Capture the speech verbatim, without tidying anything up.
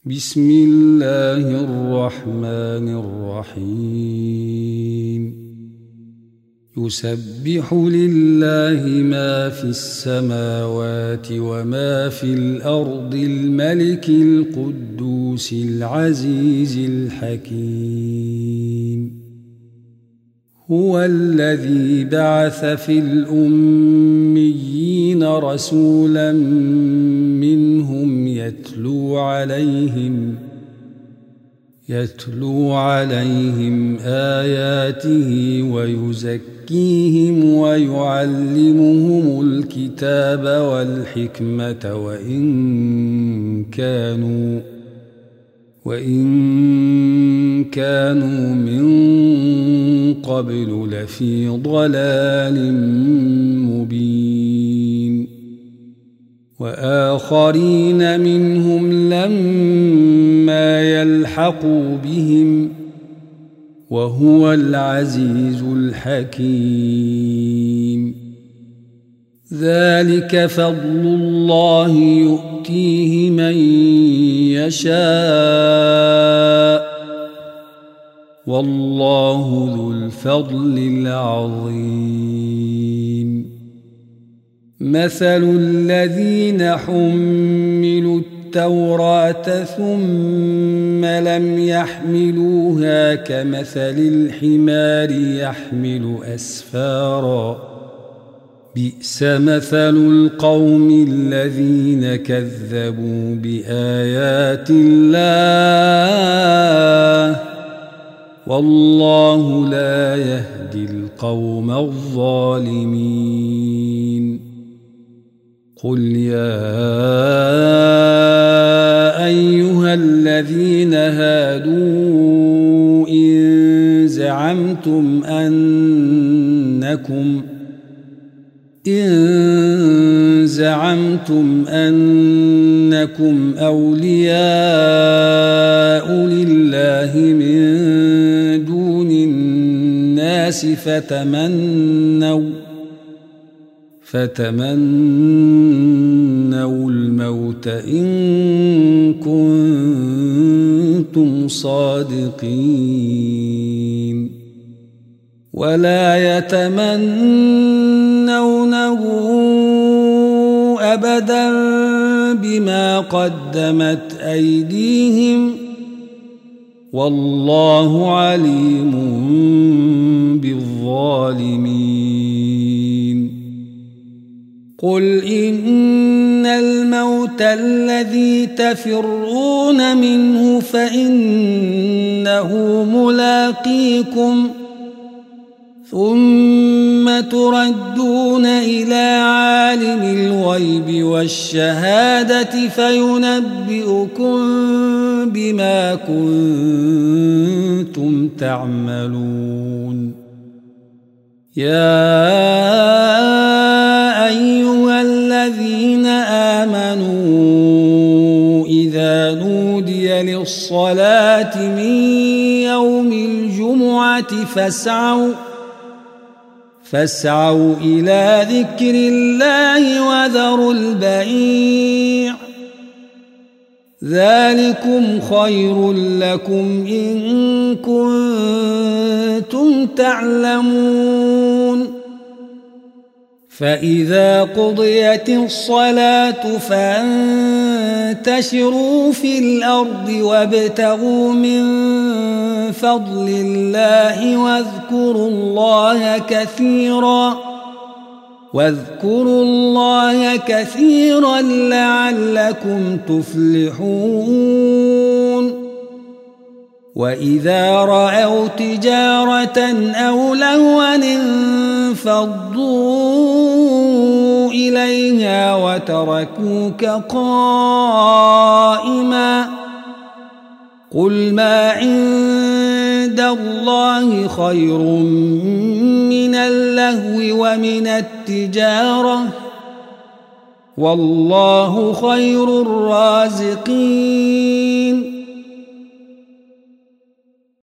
بسم الله الرحمن الرحيم يسبح لله ما في السماوات وما في الأرض الملك القدوس العزيز الحكيم هو الذي بعث في الأميين رسولا منهم يتلو عليهم يتلو عليهم آياته ويزكيهم ويعلمهم الكتاب والحكمة وإن كانوا وإن كانوا من قبل لفي ضلال مبين وآخرين منهم لما يلحقوا بهم وهو العزيز الحكيم ذلك فضل الله يؤتيه من يشاء والله ذو الفضل العظيم مثل الذين حملوا التوراة ثم لم يحملوها كمثل الحمار يحمل أسفارا بئس مثل القوم الذين كذبوا بآيات الله والله لا يهدي القوم الظالمين قل يا أيها الذين هادوا إن زعمتم أنكم إن زعمتم أنكم أولياء لله من دون الناس فتمنوا فتمنوا الموت إن كنتم صادقين ولا يتمنونه أبدا بما قدمت أيديهم والله عليم بالظالمين قل إن الموت الذي تفرون منه فإنه ملاقيكم ثم تردون إلى عالم الغيب والشهادة فينبئكم بما كنتم تعملون يا أيها الذين آمنوا إذا نودي للصلاة من يوم الجمعة فاسعوا فاسعوا إلى ذكر الله وذروا البيع ذلكم خير لكم إن كنتم تعلمون فإذا قضيت الصلاة فانتشروا في الأرض وابتغوا من فضل الله واذكروا الله كثيرا واذكروا الله كثيرا لعلكم تفلحون وإذا رأوا تجارة أو لهوا انفضوا إليها وتركوك قائما قل ما عند الله خير من اللهو ومن التجارة والله خير الرازقين